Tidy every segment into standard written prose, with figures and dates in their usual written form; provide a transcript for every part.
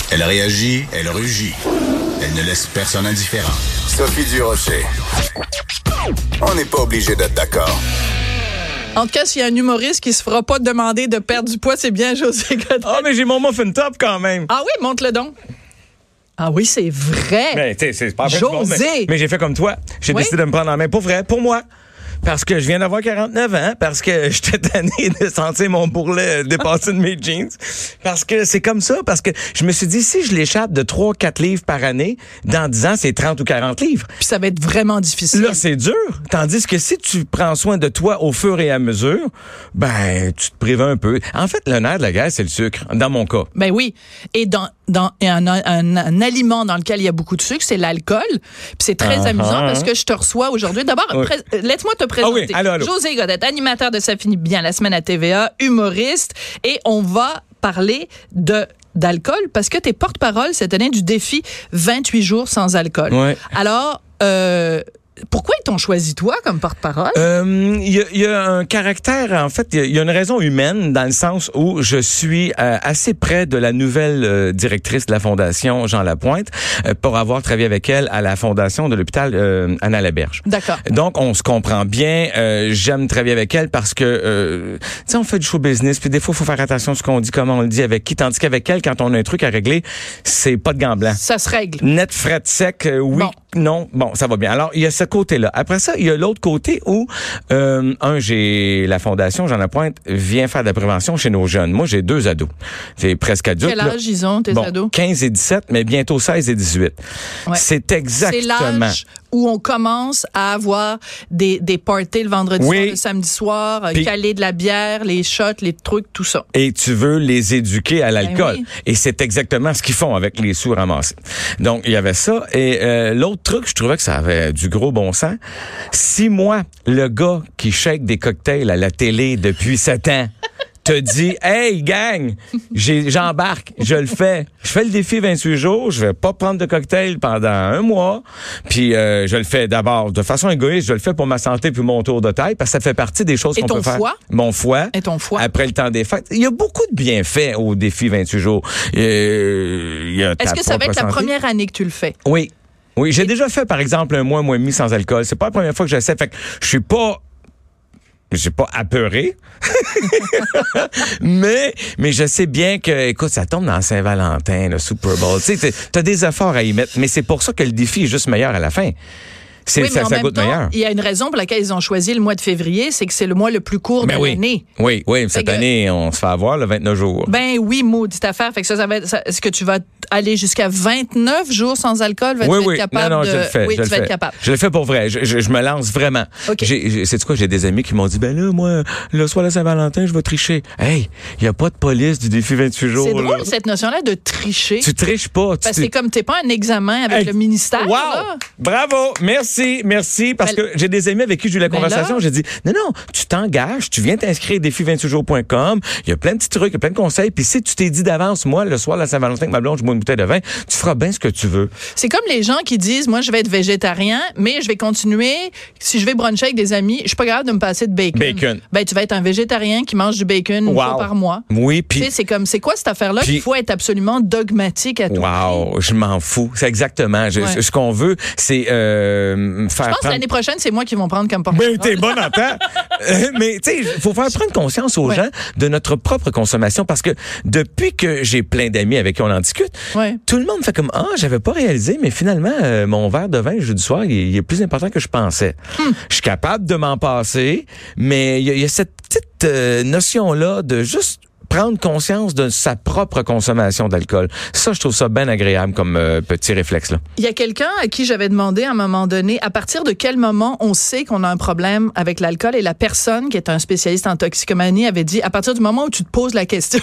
Elle réagit, elle rugit. Elle ne laisse personne indifférent. Sophie Durocher. On n'est pas obligé d'être d'accord. En tout cas, s'il y a un humoriste qui se fera pas demander de perdre du poids, c'est bien José Godet. Ah, mais j'ai mon muffin top quand même. Ah oui, montre-le donc. Ah oui, c'est vrai. Mais tu sais, c'est pas vrai. José. Mais j'ai fait comme toi. J'ai décidé de me prendre en main. Pour vrai, pour moi. Parce que je viens d'avoir 49 ans, parce que j'étais tanné de sentir mon bourrelet dépasser de mes jeans, parce que c'est comme ça, parce que je me suis dit, si je l'échappe de 3-4 livres par année, dans 10 ans, c'est 30 ou 40 livres. Puis ça va être vraiment difficile. Là, c'est dur. Tandis que si tu prends soin de toi au fur et à mesure, ben, tu te prives un peu. En fait, le nerf de la guerre, c'est le sucre, dans mon cas. Ben oui. Et un aliment dans lequel il y a beaucoup de sucre, c'est l'alcool. Puis c'est très amusant parce que je te reçois aujourd'hui. D'abord, laisse-moi te présenter. Ah oui, allô. José Godet, animateur de Ça finit bien la semaine à TVA, humoriste. Et on va parler d'alcool parce que t'es porte-parole cette année du défi 28 jours sans alcool. Ouais. Alors, pourquoi ils t'ont choisi toi comme porte-parole? Il y a un caractère, en fait, il y a une raison humaine dans le sens où je suis assez près de la nouvelle directrice de la Fondation, Jean Lapointe, pour avoir travaillé avec elle à la Fondation de l'hôpital Anna Laberge. D'accord. Donc, on se comprend bien. J'aime travailler avec elle parce que, tu sais, on fait du show business, puis des fois, il faut faire attention à ce qu'on dit, comment on le dit, avec qui. Tandis qu'avec elle, quand on a un truc à régler, c'est pas de gants blancs. Ça se règle. Net, fret, sec, oui, bon. Non, bon, ça va bien. Alors, il y a ce côté-là. Après ça, il y a l'autre côté où, j'ai la Fondation Jean Lapointe vient faire de la prévention chez nos jeunes. Moi, j'ai 2 ados. C'est presque adultes. Quel âge ils ont, tes ados? 15 et 17, mais bientôt 16 et 18. Ouais. C'est exactement... C'est l'âge où on commence à avoir des parties le vendredi soir, le samedi soir, caler de la bière, les shots, les trucs, tout ça. Et tu veux les éduquer à l'alcool. Oui. Et c'est exactement ce qu'ils font avec les sous ramassés. Donc, il y avait ça. Et l'autre truc, je trouvais que ça avait du gros bon sens. Si moi, le gars qui shake des cocktails à la télé depuis 7 ans, te dit, hey, gang, j'embarque, je le fais. Je fais le défi 28 jours, je vais pas prendre de cocktail pendant 1 mois, puis je le fais d'abord de façon égoïste, je le fais pour ma santé puis mon tour de taille, parce que ça fait partie des choses qu'on peut faire. Mon foie? Et ton foie? Après le temps des fêtes. Il y a beaucoup de bienfaits au défi 28 jours. Est-ce que ça va être la première année que tu le fais? Oui. Oui, j'ai déjà fait, par exemple, 1 mois et demi sans alcool. C'est pas la première fois que j'essaie. Fait que je suis pas... J'ai pas apeuré. mais je sais bien que, écoute, ça tombe dans Saint-Valentin, le Super Bowl. Tu sais, t'as des efforts à y mettre, mais c'est pour ça que le défi est juste meilleur à la fin. Ça goûte meilleur. Il y a une raison pour laquelle ils ont choisi le mois de février, c'est que c'est le mois le plus court de l'année. Oui, cette année, on se fait avoir le 29 jours. Ben oui, maudite affaire. Fait que ça va être, est-ce que tu vas aller jusqu'à 29 jours sans alcool? Vas-tu être capable? Non, je le fais. Oui, tu vas être capable. Je le fais pour vrai. Je me lance vraiment. Okay. C'est quoi? J'ai des amis qui m'ont dit, ben là, moi, le soir de Saint-Valentin, je vais tricher. Hey, il n'y a pas de police du défi 28 jours. C'est drôle, cette notion-là de tricher. Tu triches pas. Parce que c'est comme t'es pas un examen avec le ministère. Wow! Là. Bravo! Merci. Parce que j'ai des amis avec qui j'ai eu la conversation. J'ai dit, non, tu t'engages, tu viens t'inscrire défi28jours.com. Il y a plein de petits trucs, il y a plein de conseils. Puis si tu t'es dit d'avance, moi, le soir de la Saint-Valentin avec ma blonde, je bois une bouteille de vin, tu feras bien ce que tu veux. C'est comme les gens qui disent, moi, je vais être végétarien, mais je vais continuer. Si je vais bruncher avec des amis, je suis pas capable de me passer de bacon. Ben, tu vas être un végétarien qui mange du bacon une fois par mois. Oui, puis... Tu sais, c'est quoi cette affaire-là qu'il faut être absolument dogmatique à tout prix? Je m'en fous. C'est exactement. Ce qu'on veut, c'est faire... Je pense que l'année prochaine, c'est moi qui vont prendre comme porte-parole. Mais t'es bon en temps. Mais tu sais, il faut faire prendre conscience aux gens de notre propre consommation parce que depuis que j'ai plein d'amis avec qui on en discute, tout le monde fait comme j'avais pas réalisé, mais finalement mon verre de vin jeudi soir, il est plus important que je pensais. Je suis capable de m'en passer, mais il y a cette petite notion-là de juste prendre conscience de sa propre consommation d'alcool. Ça, je trouve ça bien agréable comme petit réflexe-là. Il y a quelqu'un à qui j'avais demandé à un moment donné, à partir de quel moment on sait qu'on a un problème avec l'alcool, et la personne qui est un spécialiste en toxicomanie avait dit, à partir du moment où tu te poses la question.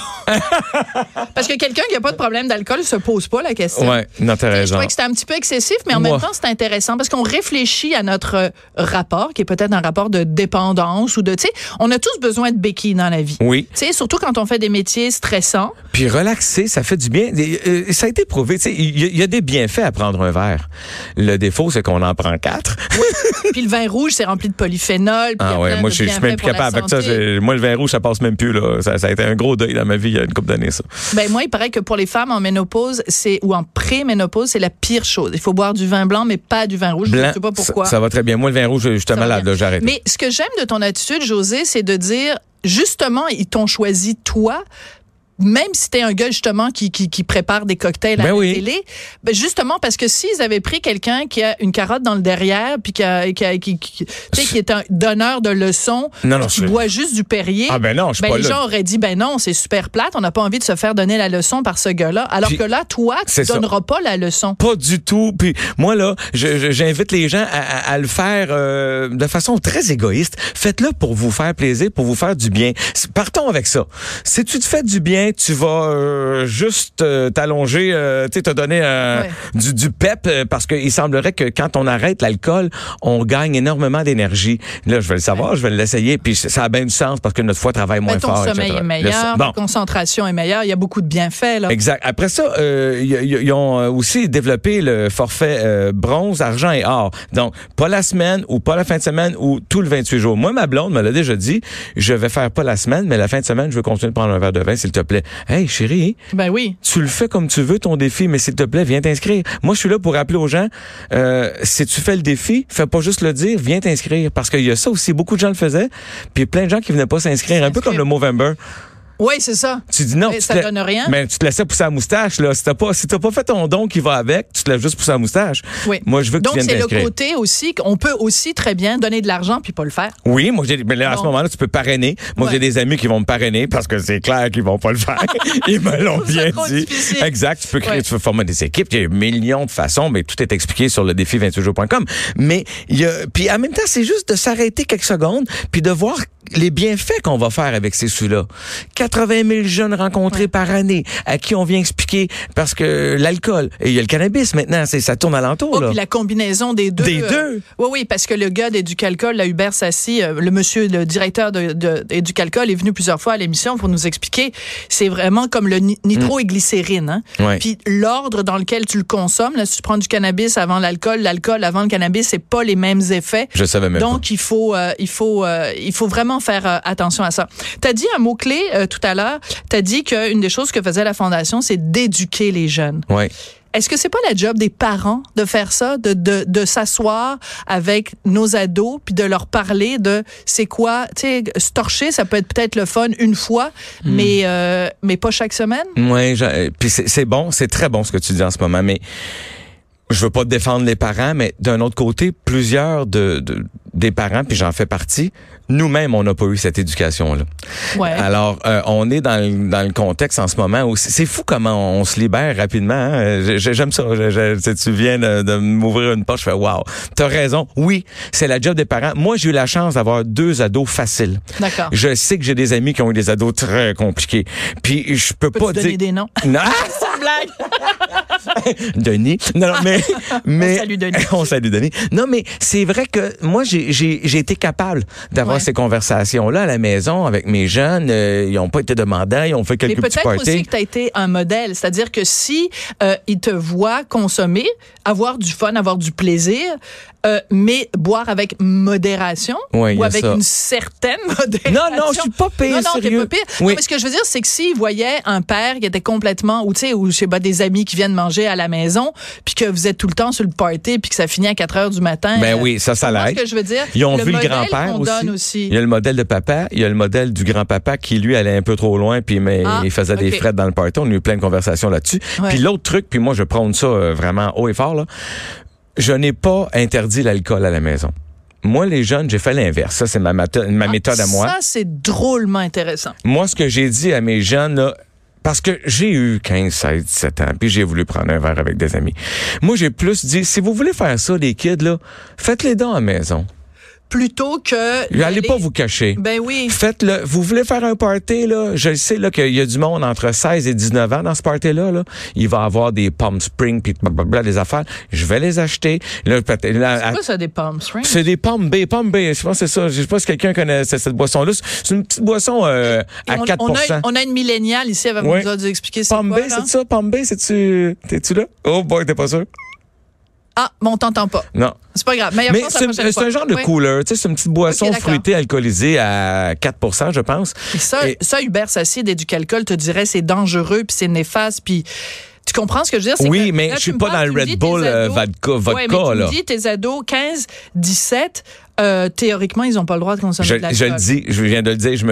Parce que quelqu'un qui n'a pas de problème d'alcool se pose pas la question. Ouais, non, t'as raison. Je trouvais que c'était un petit peu excessif, mais en même temps, c'est intéressant parce qu'on réfléchit à notre rapport, qui est peut-être un rapport de dépendance ou de, tu sais, on a tous besoin de béquilles dans la vie. Oui. Tu sais, surtout quand on fait des métiers stressants. Puis relaxer, ça fait du bien. Ça a été prouvé. Il y a des bienfaits à prendre un verre. Le défaut, c'est qu'on en prend 4. Oui. Puis le vin rouge, c'est rempli de polyphénol. Ah ouais, moi, je suis même plus capable avec ça. Moi, le vin rouge, ça passe même plus. Là. Ça a été un gros deuil dans ma vie il y a une couple d'années, ça. Ben moi, il paraît que pour les femmes en ménopause, ou en pré-ménopause, c'est la pire chose. Il faut boire du vin blanc, mais pas du vin rouge. Blanc, je ne sais pas pourquoi. Ça va très bien. Moi, le vin rouge, j'étais malade, là, j'ai arrêté. Mais ce que j'aime de ton attitude, José, c'est de dire, justement, ils t'ont choisi toi, même si t'es un gars, justement, qui prépare des cocktails à la télé, ben justement, parce que s'ils avaient pris quelqu'un qui a une carotte dans le derrière, puis qui est un donneur de leçons, qui boit juste du Perrier, les gens auraient dit, ben non, c'est super plate, on n'a pas envie de se faire donner la leçon par ce gars-là. Alors que là, toi, tu donneras pas la leçon. Pas du tout. Puis moi, là, j'invite les gens à le faire de façon très égoïste. Faites-le pour vous faire plaisir, pour vous faire du bien. Partons avec ça. Si tu te fais du bien, tu vas juste t'allonger, te donner du pep, parce qu'il semblerait que quand on arrête l'alcool, on gagne énormément d'énergie. Là, je vais le savoir, je vais l'essayer, puis ça a bien du sens parce que notre foie travaille moins fort. Ton sommeil est meilleur, ta concentration est meilleure, il y a beaucoup de bienfaits. Là. Exact. Après ça, ils ont aussi développé le forfait bronze, argent et or. Donc, pas la semaine ou pas la fin de semaine ou tout le 28 jours. Moi, ma blonde me l'a déjà dit, je vais faire pas la semaine, mais la fin de semaine, je veux continuer de prendre un verre de vin, s'il te plaît. Hey, chérie. Ben oui. Tu le fais comme tu veux, ton défi, mais s'il te plaît, viens t'inscrire. Moi, je suis là pour rappeler aux gens, si tu fais le défi, fais pas juste le dire, viens t'inscrire. Parce qu'il y a ça aussi, beaucoup de gens le faisaient, puis plein de gens qui venaient pas s'inscrire, un peu comme le Movember. Oui, c'est ça. Tu dis non, mais ça donne rien. Mais tu te laissais pousser la moustache, là. Si t'as pas fait ton don qui va avec, tu te laisses juste pousser la moustache. Oui. Moi, je veux que tu viennes t'inscrire. Donc, c'est le côté aussi qu'on peut aussi très bien donner de l'argent puis pas le faire. Oui, moi, mais là, à ce moment-là, tu peux parrainer. Moi, j'ai des amis qui vont me parrainer parce que c'est clair qu'ils vont pas le faire. Ils me l'ont bien dit. Difficile. Exact. Tu peux créer, tu peux former des équipes. Il y a millions de façons, mais tout est expliqué sur le défi 28jours.com. Mais puis en même temps, c'est juste de s'arrêter quelques secondes puis de voir les bienfaits qu'on va faire avec ces sous-là. 80 000 jeunes rencontrés par année, à qui on vient expliquer, parce que l'alcool, et il y a le cannabis maintenant, ça tourne alentour. Là. Puis la combinaison des deux. Des deux? Oui, parce que le gars d'Éducalcool, là, Hubert Sassi, le directeur d'Éducalcool est venu plusieurs fois à l'émission pour nous expliquer, c'est vraiment comme le nitroglycérine. Hein? Ouais. Puis l'ordre dans lequel tu le consommes, là, si tu prends du cannabis avant l'alcool avant le cannabis, c'est pas les mêmes effets. Je savais même Donc, pas. il faut vraiment faire attention à ça. T'as dit un mot-clé tout à l'heure. T'as dit qu'une des choses que faisait la Fondation, c'est d'éduquer les jeunes. Oui. Est-ce que c'est pas la job des parents de faire ça, de s'asseoir avec nos ados puis de leur parler de c'est quoi, tu sais, se torcher, ça peut être peut-être le fun une fois, mais pas chaque semaine? Oui, puis c'est bon, c'est très bon ce que tu dis en ce moment, mais je veux pas défendre les parents, mais d'un autre côté, plusieurs des parents, puis j'en fais partie, nous-mêmes, on n'a pas eu cette éducation-là. Ouais. Alors, on est dans le contexte en ce moment où c'est fou comment on se libère rapidement. Hein? J'aime ça. Tu viens de m'ouvrir une porte, je fais « wow ». T'as raison. Oui, c'est la job des parents. Moi, j'ai eu la chance d'avoir 2 ados faciles. D'accord. Je sais que j'ai des amis qui ont eu des ados très compliqués. Puis, je peux pas dire... donner des noms? Non. C'est une blague. Denis. Non, mais on salue Denis. On salue Denis. Non, mais c'est vrai que moi, j'ai été capable d'avoir ces conversations-là à la maison avec mes jeunes. Ils n'ont pas été demandants, ils ont fait quelques petits parties. Mais peut-être aussi que tu as été un modèle. C'est-à-dire que si ils te voient consommer, avoir du fun, avoir du plaisir, mais boire avec modération ou avec une certaine modération. Non, je suis pas pire, non, sérieux. t'es pas pire. Oui. Non, mais ce que je veux dire, c'est que s'ils voyaient un père qui était complètement, ou tu sais, ou je sais pas, des amis qui viennent manger à la maison, puis que vous êtes tout le temps sur le party, puis que ça finit à 4 h du matin. Ben oui, ça l'aide. Ce que je veux dire. Ils ont vu le grand-père aussi. Il y a le modèle de papa, il y a le modèle du grand-papa qui, lui, allait un peu trop loin, puis il faisait des frettes dans le party. On a eu plein de conversations là-dessus. Ouais. Puis l'autre truc, puis moi, je prône ça vraiment haut et fort, là. Je n'ai pas interdit l'alcool à la maison. Moi, les jeunes, j'ai fait l'inverse. Ça, c'est ma méthode à moi. Ça, c'est drôlement intéressant. Moi, ce que j'ai dit à mes jeunes, là, parce que j'ai eu 15, 16, 17 ans, puis j'ai voulu prendre un verre avec des amis. Moi, j'ai plus dit, si vous voulez faire ça, les kids, là, faites-les donc à la maison. plutôt que... Allez pas vous cacher. Ben oui. Faites-le. Vous voulez faire un party, là? Je sais, là, qu'il y a du monde entre 16 et 19 ans dans ce party-là, là. Il va avoir des Palm Springs pis blablabla, des affaires. Je vais les acheter. Là, c'est quoi ça, des Palm Springs? C'est des Palm Bay. Palm Bay, je pense que c'est ça. Je sais pas si quelqu'un connaît cette boisson-là. C'est une petite boisson à 4%. On a une milléniale ici, elle va nous expliquer c'est Palm quoi, Bay, c'est ça? Palm Bay, t'es-tu là? Oh boy, t'es pas sûr? Ah, bon, on t'entend pas. Non. C'est pas grave. Mais c'est un genre de cooler. Tu sais, c'est une petite boisson fruitée alcoolisée à 4%, je pense. Et ça, Hubert Sassi, d'éducalcool, te dirait c'est dangereux puis c'est néfaste puis... Tu comprends ce que je veux dire? Oui, mais je suis pas dans le Red Bull vodka, mais tu me dis, tes ados, 15, 17, théoriquement, ils n'ont pas le droit de consommer de l'alcool. Je le dis, je viens de le dire, je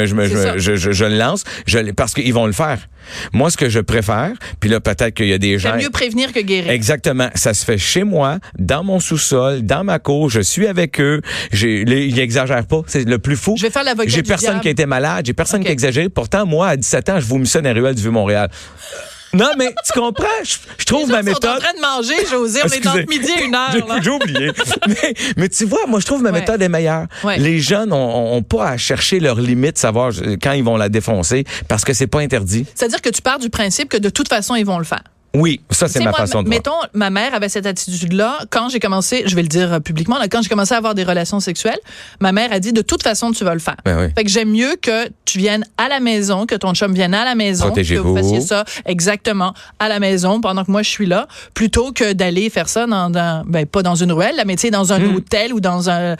le lance, parce qu'ils vont le faire. Moi, ce que je préfère, puis là, peut-être qu'il y a des gens... C'est mieux prévenir que guérir. Exactement. Ça se fait chez moi, dans mon sous-sol, dans ma cour, je suis avec eux. Ils n'exagèrent pas, c'est le plus fou. Je vais faire l'avocat du diable. J'ai personne qui a été malade, j'ai personne qui a exagéré. Pourtant, moi, à 17 ans, je vomissais dans les ruelles du Vieux-Montréal. Non, mais tu comprends? Je trouve ma méthode... Ils sont en train de manger, José. On est entre midi et 1h. J'ai oublié. mais tu vois, moi, je trouve ma méthode est meilleure. Ouais. Les jeunes ont pas à chercher leurs limites, savoir quand ils vont la défoncer, parce que c'est pas interdit. C'est-à-dire que tu pars du principe que de toute façon, ils vont le faire. Oui, ça, c'est ma façon de voir. Mettons, ma mère avait cette attitude-là quand j'ai commencé, je vais le dire publiquement, là, quand j'ai commencé à avoir des relations sexuelles, ma mère a dit, de toute façon, tu vas le faire. Ben oui. Fait que j'aime mieux que tu viennes à la maison, que ton chum vienne à la maison, que vous fassiez ça exactement à la maison pendant que moi, je suis là, plutôt que d'aller faire ça pas dans une ruelle, mais tu sais, dans un hôtel ou dans à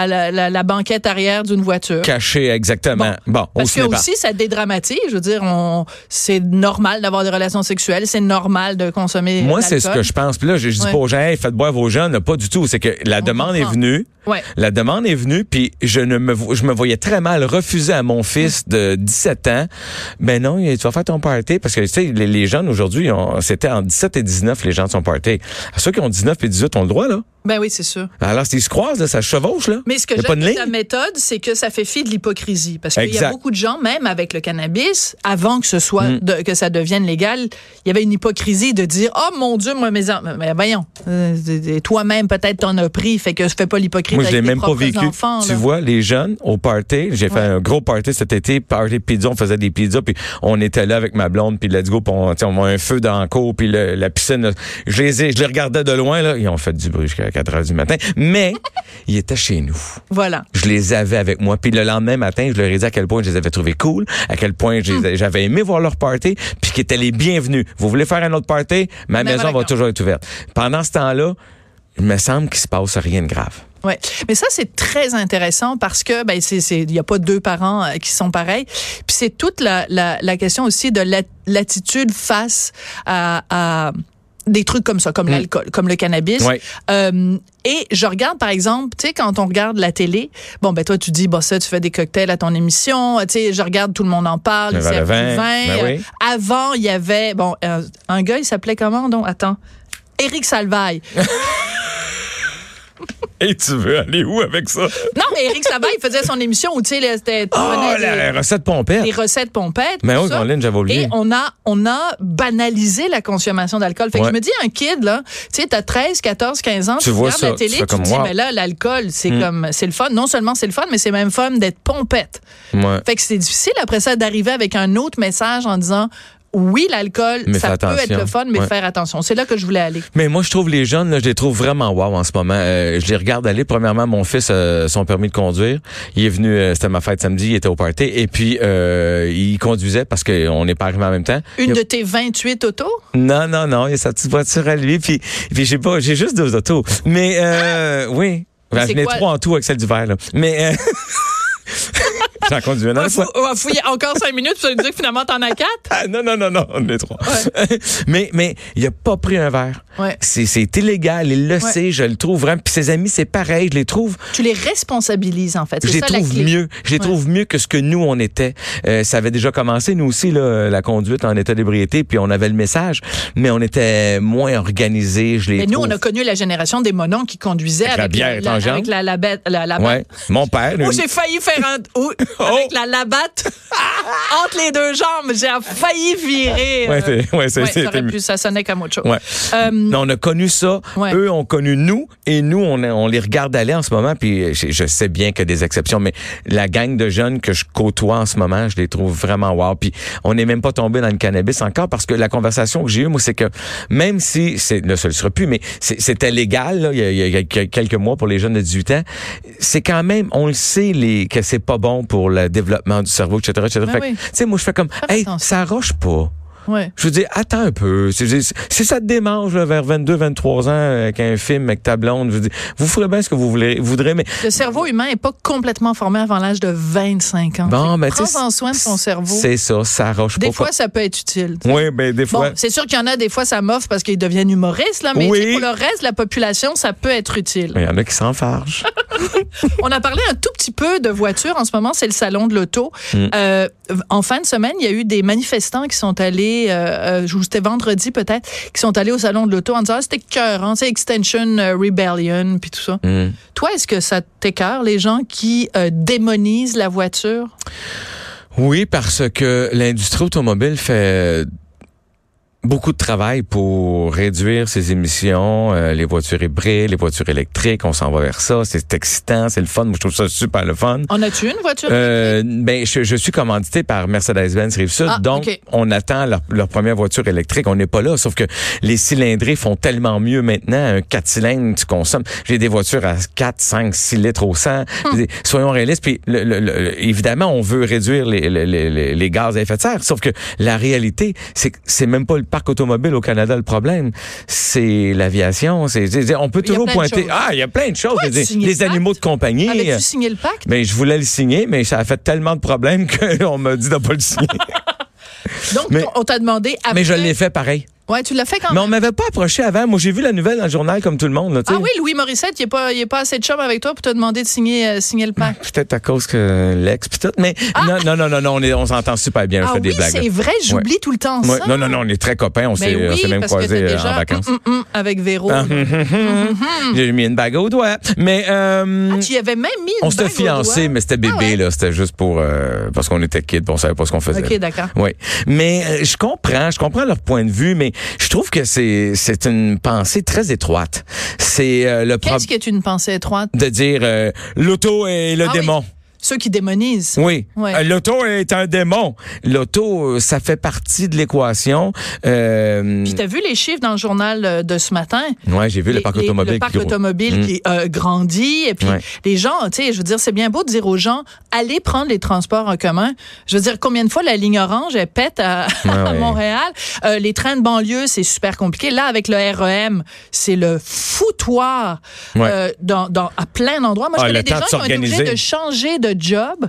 la banquette arrière d'une voiture. Caché, exactement. Bon, parce que aussi, ça dédramatise. Je veux dire, c'est normal d'avoir des relations sexuelles, c'est normal de consommer Moi, l'alcool. c'est ce que je pense. Puis là, je dis pas aux gens, hey, faites boire vos jeunes. Pas du tout. C'est que la demande est venue. Ouais. La demande est venue, puis je me voyais très mal refuser à mon fils de 17 ans. Ben non, tu vas faire ton party. Parce que, tu sais, les jeunes aujourd'hui, c'était en 17 et 19, les gens de son party. À ceux qui ont 19 et 18 ont le droit, là. Ben oui, c'est sûr. Alors, s'ils se croisent, là, ça chevauche, là. Mais ce que j'aime de ta méthode, c'est que ça fait fi de l'hypocrisie. Parce qu'il y a beaucoup de gens, même avec le cannabis, avant que ce soit, que ça devienne légal, il y avait une hypocrisie de dire, oh mon Dieu, moi, mais voyons, toi-même, peut-être t'en as pris, fait que fais pas l'hypocrisie. Moi, je l'ai même pas vécu. Enfants, tu vois, les jeunes, au party, j'ai fait un gros party cet été, party pizza, on faisait des pizzas, puis on était là avec ma blonde, puis let's go, puis on a un feu dans la cour, puis la piscine, là, je les regardais de loin, là, ils ont fait du bruit jusqu'à 4 heures du matin, mais ils étaient chez nous. Voilà. Je les avais avec moi, puis le lendemain matin, je leur ai dit à quel point je les avais trouvés cool, à quel point j'avais aimé voir leur party, puis qu'ils étaient les bienvenus. Vous voulez faire un autre party? Ma maison va toujours être ouverte. Pendant ce temps-là, il me semble qu'il se passe rien de grave. Ouais, mais ça c'est très intéressant parce que il y a pas deux parents qui sont pareils. Puis c'est toute la question aussi de l'attitude face à des trucs comme ça, comme l'alcool, comme le cannabis. Ouais. Et je regarde, par exemple, tu sais, quand on regarde la télé, bon, ben toi, tu dis, ça, tu fais des cocktails à ton émission. Tu sais, je regarde, tout le monde en parle. Le vin. Ben oui. Avant, il y avait, un gars, il s'appelait comment, donc? Attends. Éric Salvaille. Et tu veux aller où avec ça? Non, mais Éric Salvaille, il faisait son émission où, tu sais, c'était... la recette pompette. Les recettes pompettes. Mais oui, Caroline, j'avais oublié. Et on a banalisé la consommation d'alcool. Fait que je me dis, un kid, là, tu sais, t'as 13, 14, 15 ans, tu regardes la télé, tu te dis, mais là, l'alcool, c'est c'est le fun. Non seulement c'est le fun, mais c'est même fun d'être pompette. Ouais. Fait que c'est difficile, après ça, d'arriver avec un autre message en disant... Oui, l'alcool, ça peut être le fun, mais faire attention. C'est là que je voulais aller. Mais moi, je trouve les jeunes, là, je les trouve vraiment wow en ce moment. Je les regarde aller. Premièrement, mon fils son permis de conduire. Il est venu, c'était ma fête samedi, il était au party. Et puis, il conduisait parce qu'on n'est pas arrivé en même temps. De tes 28 autos? Non, il y a sa petite voiture à lui. Puis j'ai juste 2 autos. Mais, oui. J'en ai 3 en tout avec celle du verre, là. Mais, j'en conduis un fois. On va fouiller encore 5 minutes pour nous dire que finalement t'en as 4? Ah, non, on est 3. Ouais. mais il a pas pris un verre. Ouais. C'est illégal, il le sait, je le trouve vraiment. Puis ses amis, c'est pareil, je les trouve. Tu les responsabilises, en fait. Je les trouve mieux. Je les trouve mieux que ce que nous, on était. Ça avait déjà commencé, nous aussi, là, la conduite en état d'ébriété, puis on avait le message, mais on était moins organisés. Mais nous, on a connu la génération des monons qui conduisaient avec la bière avec la bête. Ouais. Mon père. J'ai failli faire un... avec la labatte entre les deux jambes. J'ai failli virer. Ça sonnait comme autre chose. Ouais. On a connu ça. Ouais. Eux ont connu nous. Et nous, on les regarde aller en ce moment. Puis je sais bien qu'il y a des exceptions, mais la gang de jeunes que je côtoie en ce moment, je les trouve vraiment wow. Puis on n'est même pas tombé dans le cannabis encore parce que la conversation que j'ai eue, moi, c'est que même si, ça ne le sera plus, mais c'était légal là, il y a quelques mois pour les jeunes de 18 ans, c'est quand même, on le sait que c'est pas bon pour le développement du cerveau, etc. Fait que, tu sais, moi, je fais comme, ça roche pas. Ouais. Je veux dire, attends un peu. Si ça te démange là, vers 22, 23 ans avec un film avec ta blonde, je veux dire, vous ferez bien ce que vous voudrez, mais... Le cerveau humain n'est pas complètement formé avant l'âge de 25 ans. Bon, ben, prends-en soin de ton cerveau. C'est ça roche pas. Des fois, ça peut être utile. Oui, ben des fois... Bon, c'est sûr qu'il y en a des fois, ça m'offre parce qu'ils deviennent humoristes, là, mais pour le reste de la population, ça peut être utile. Il y en a qui s'enfargent. On a parlé un tout petit peu de voitures. En ce moment, c'est le salon de l'auto. En fin de semaine, il y a eu des manifestants qui sont allés, c'était vendredi peut-être, qui sont allés au salon de l'auto en disant c'était écœurant, c'est Extension Rebellion, puis tout ça. Toi, est-ce que ça t'écœure, les gens qui démonisent la voiture? Oui, parce que l'industrie automobile fait beaucoup de travail pour réduire ses émissions, les voitures hybrides, les voitures électriques, on s'en va vers ça, c'est excitant, c'est le fun, moi je trouve ça super le fun. En as-tu une voiture électrique? Ben je suis commandité par Mercedes-Benz Rive-Sud, donc on attend leur première voiture électrique, on n'est pas là, sauf que les cylindrés font tellement mieux maintenant, un 4 cylindres, tu consommes, j'ai des voitures à 4, 5, 6 litres au 100, soyons réalistes, puis évidemment on veut réduire les gaz à effet de serre, sauf que la réalité, c'est même pas le parc automobile au Canada le problème, c'est l'aviation. On peut toujours pointer. Il y a plein de choses. Les animaux de compagnie. Avais-tu signé le pacte? Ben, je voulais le signer, mais ça a fait tellement de problèmes qu'on m'a dit de pas le signer. Donc, on t'a demandé après... Mais je l'ai fait pareil. Ouais, tu l'as fait quand même. Mais on m'avait pas approché avant. Moi, j'ai vu la nouvelle dans le journal comme tout le monde. Là, oui, Louis Morissette, il est pas assez de chum avec toi pour te demander de signer le pacte. Peut-être à cause que l'ex pis tout, mais non, on s'entend super bien. Je fais des blagues. C'est vrai, j'oublie tout le temps ça. Non, on est très copains. On s'est même croisés en vacances. Avec Véro. J'ai mis une bague au doigt. Mais tu y avais même mis une bague au doigt. On s'était fiancés, mais c'était bébé là. C'était juste pour parce qu'on était kids, on savait pas ce qu'on faisait. Ok, d'accord. Oui, mais je comprends leur point de vue, mais je trouve que c'est une pensée très étroite. Qu'est-ce qui est une pensée étroite? De dire l'auto est le démon. Oui. Ceux qui démonisent. Oui. L'auto est un démon. L'auto, ça fait partie de l'équation. Puis t'as vu les chiffres dans le journal de ce matin? Oui, j'ai vu le parc automobile. Le parc automobile qui grandit. Et puis les gens, tu sais, je veux dire, c'est bien beau de dire aux gens, allez prendre les transports en commun. Je veux dire, combien de fois la ligne orange, elle pète à Montréal? Les trains de banlieue, c'est super compliqué. Là, avec le REM, c'est le foutoir à plein d'endroits. Moi, je connais des gens qui ont été obligés de changer de job,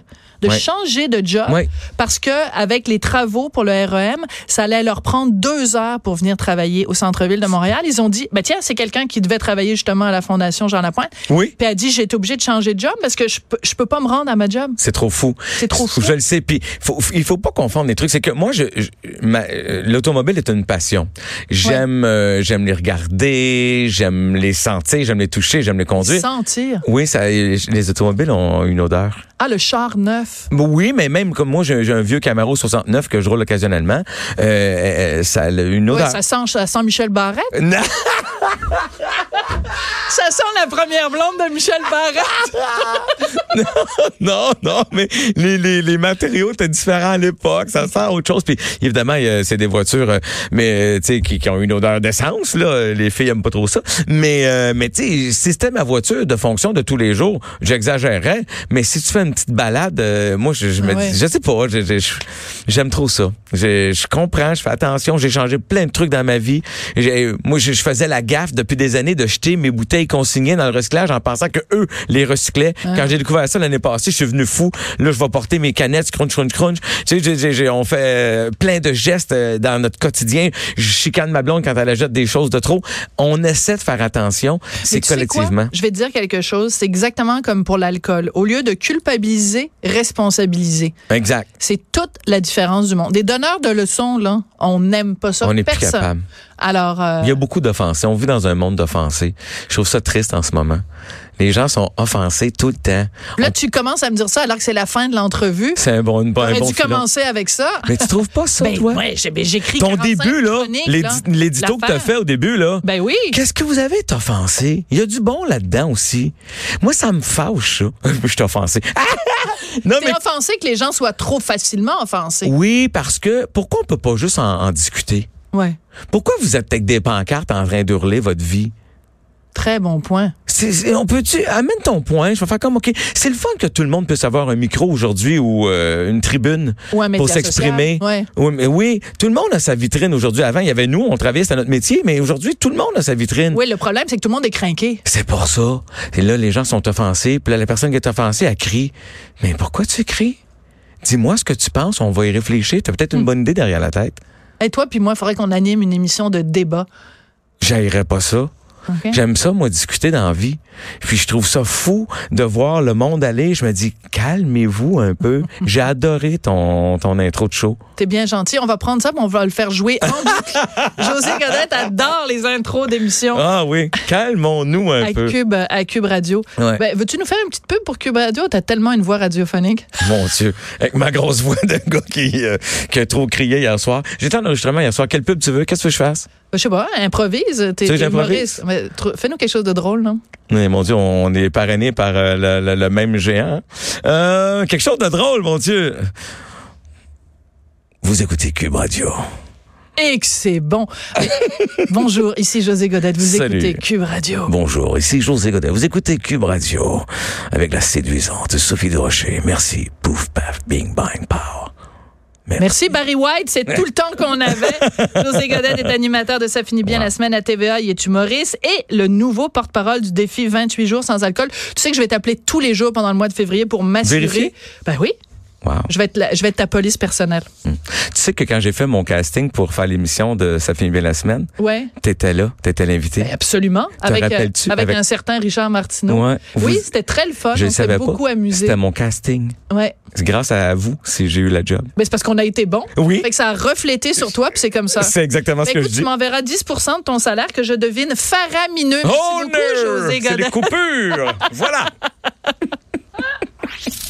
parce que avec les travaux pour le REM, ça allait leur prendre 2 heures pour venir travailler au centre-ville de Montréal. Ils ont dit, tiens, c'est quelqu'un qui devait travailler justement à la Fondation Jean Lapointe. Oui. Puis elle a dit, j'ai été obligée de changer de job parce que je peux pas me rendre à ma job. C'est trop fou. C'est trop fou. Je le sais. Puis il faut pas confondre les trucs. C'est que moi, l'automobile est une passion. J'aime les regarder, j'aime les sentir, j'aime les toucher, j'aime les conduire. Sentir. Oui, les automobiles ont une odeur. Ah, le char neuf. Oui, mais même comme moi, j'ai un vieux Camaro 69 que je roule occasionnellement. Ça a une odeur. Ouais, ça sent Michel Barrette. Non. Ça sent la première blonde de Michel Barrette. non, mais les matériaux étaient différents à l'époque. Ça sent autre chose. Puis évidemment, c'est des voitures, mais tu sais, qui ont une odeur d'essence. Là, les filles aiment pas trop ça. Mais tu sais, si c'était ma voiture de fonction de tous les jours, j'exagérerais. Mais si tu fais une petite balade, moi, je me dis, je sais pas, j'aime trop ça. Je comprends, je fais attention. J'ai changé plein de trucs dans ma vie. Moi, je faisais la gaffe depuis des années de jeter mes bouteilles consignées dans le recyclage en pensant que eux les recyclaient. Quand j'ai découvert ça l'année passée, je suis venu fou. Là, je vais porter mes canettes crunch. Tu sais, on fait plein de gestes dans notre quotidien. Je chicane ma blonde quand elle achète des choses de trop. On essaie de faire attention. C'est collectivement. Je vais te dire quelque chose. C'est exactement comme pour l'alcool. Au lieu de culpabiliser, responsabiliser. Exact. C'est toute la différence du monde. Des donneurs de leçons, là, on n'aime pas ça. On n'est plus capable. Alors, il y a beaucoup d'offenses. On vit vit dans un monde d'offensés. Je trouve ça triste en ce moment. Les gens sont offensés tout le temps. Là, tu commences à me dire ça alors que c'est la fin de l'entrevue. C'est un bon dû commencer avec ça. Mais tu trouves pas ça, toi? Ouais, j'écris ton début, là, l'édito que t'as fait au début, là. Ben oui. Qu'est-ce que vous avez offensé? Il y a du bon là-dedans aussi. Moi, ça me fâche, ça. Je suis offensé. Non, t'es offensé que les gens soient trop facilement offensés. Oui, parce que pourquoi on peut pas juste en discuter? Ouais. Pourquoi vous êtes avec des pancartes en train d'hurler votre vie? Très bon point. On peut-tu amène ton point, je vais faire comme OK, c'est le fun que tout le monde puisse avoir un micro aujourd'hui ou une tribune pour s'exprimer. Ouais. Oui, tout le monde a sa vitrine aujourd'hui. Avant, il y avait nous, on travaillait, c'était notre métier, mais aujourd'hui, tout le monde a sa vitrine. Oui, le problème, c'est que tout le monde est crinqué. C'est pour ça. Et là, les gens sont offensés, puis là, la personne qui est offensée, elle crie. Mais pourquoi tu cries? Dis-moi ce que tu penses, on va y réfléchir. Tu as peut-être une bonne idée derrière la tête. Et toi, puis moi, il faudrait qu'on anime une émission de débat. J'haïrais pas ça. Okay. J'aime ça, moi, discuter dans la vie. Puis je trouve ça fou de voir le monde aller. Je me dis, calmez-vous un peu. J'ai adoré ton intro de show. T'es bien gentil. On va prendre ça et on va le faire jouer en boucle. José Godette adore les intros d'émissions. Ah oui, calmons-nous un peu. À Cube Radio. Ouais. Ben, veux-tu nous faire une petite pub pour Cube Radio? T'as tellement une voix radiophonique. Mon Dieu, avec ma grosse voix de gars qui a trop crié hier soir. J'étais en enregistrement hier soir. Quelle pub tu veux? Qu'est-ce que je fasse? Je sais pas, improvise. T'es humoriste. Fais-nous quelque chose de drôle, non? Mais mon Dieu, on est parrainé par le même géant. Quelque chose de drôle, mon Dieu. Vous écoutez Cube Radio. Et que c'est bon. Bonjour, ici José Godette. Vous écoutez Cube Radio. Bonjour, ici José Godette. Vous écoutez Cube Radio avec la séduisante Sophie Durocher. Merci. Pouf, paf, bing, bang, pow. Merci Barry White, c'est tout le temps qu'on avait. José Godette est animateur de Ça finit bien la semaine à TVA, il est humoriste et le nouveau porte-parole du défi 28 jours sans alcool. Tu sais que je vais t'appeler tous les jours pendant le mois de février pour m'assurer. Vérifier? Ben oui. Wow. Je vais être ta police personnelle. Tu sais que quand j'ai fait mon casting pour faire l'émission de Ça finit bien la semaine, ouais. T'étais là, t'étais l'invité. Ben absolument. Avec un certain Richard Martineau. Ouais. Oui, c'était très le fun. On s'est beaucoup amusé. C'était mon casting. Ouais. C'est grâce à vous si j'ai eu la job. Ben c'est parce qu'on a été bon. Oui. Fait que ça a reflété sur toi, puis c'est comme ça. C'est exactement ce que je dis. Tu m'enverras 10% de ton salaire que je devine faramineux. Merci beaucoup, José Godette. C'est les coupures. Voilà.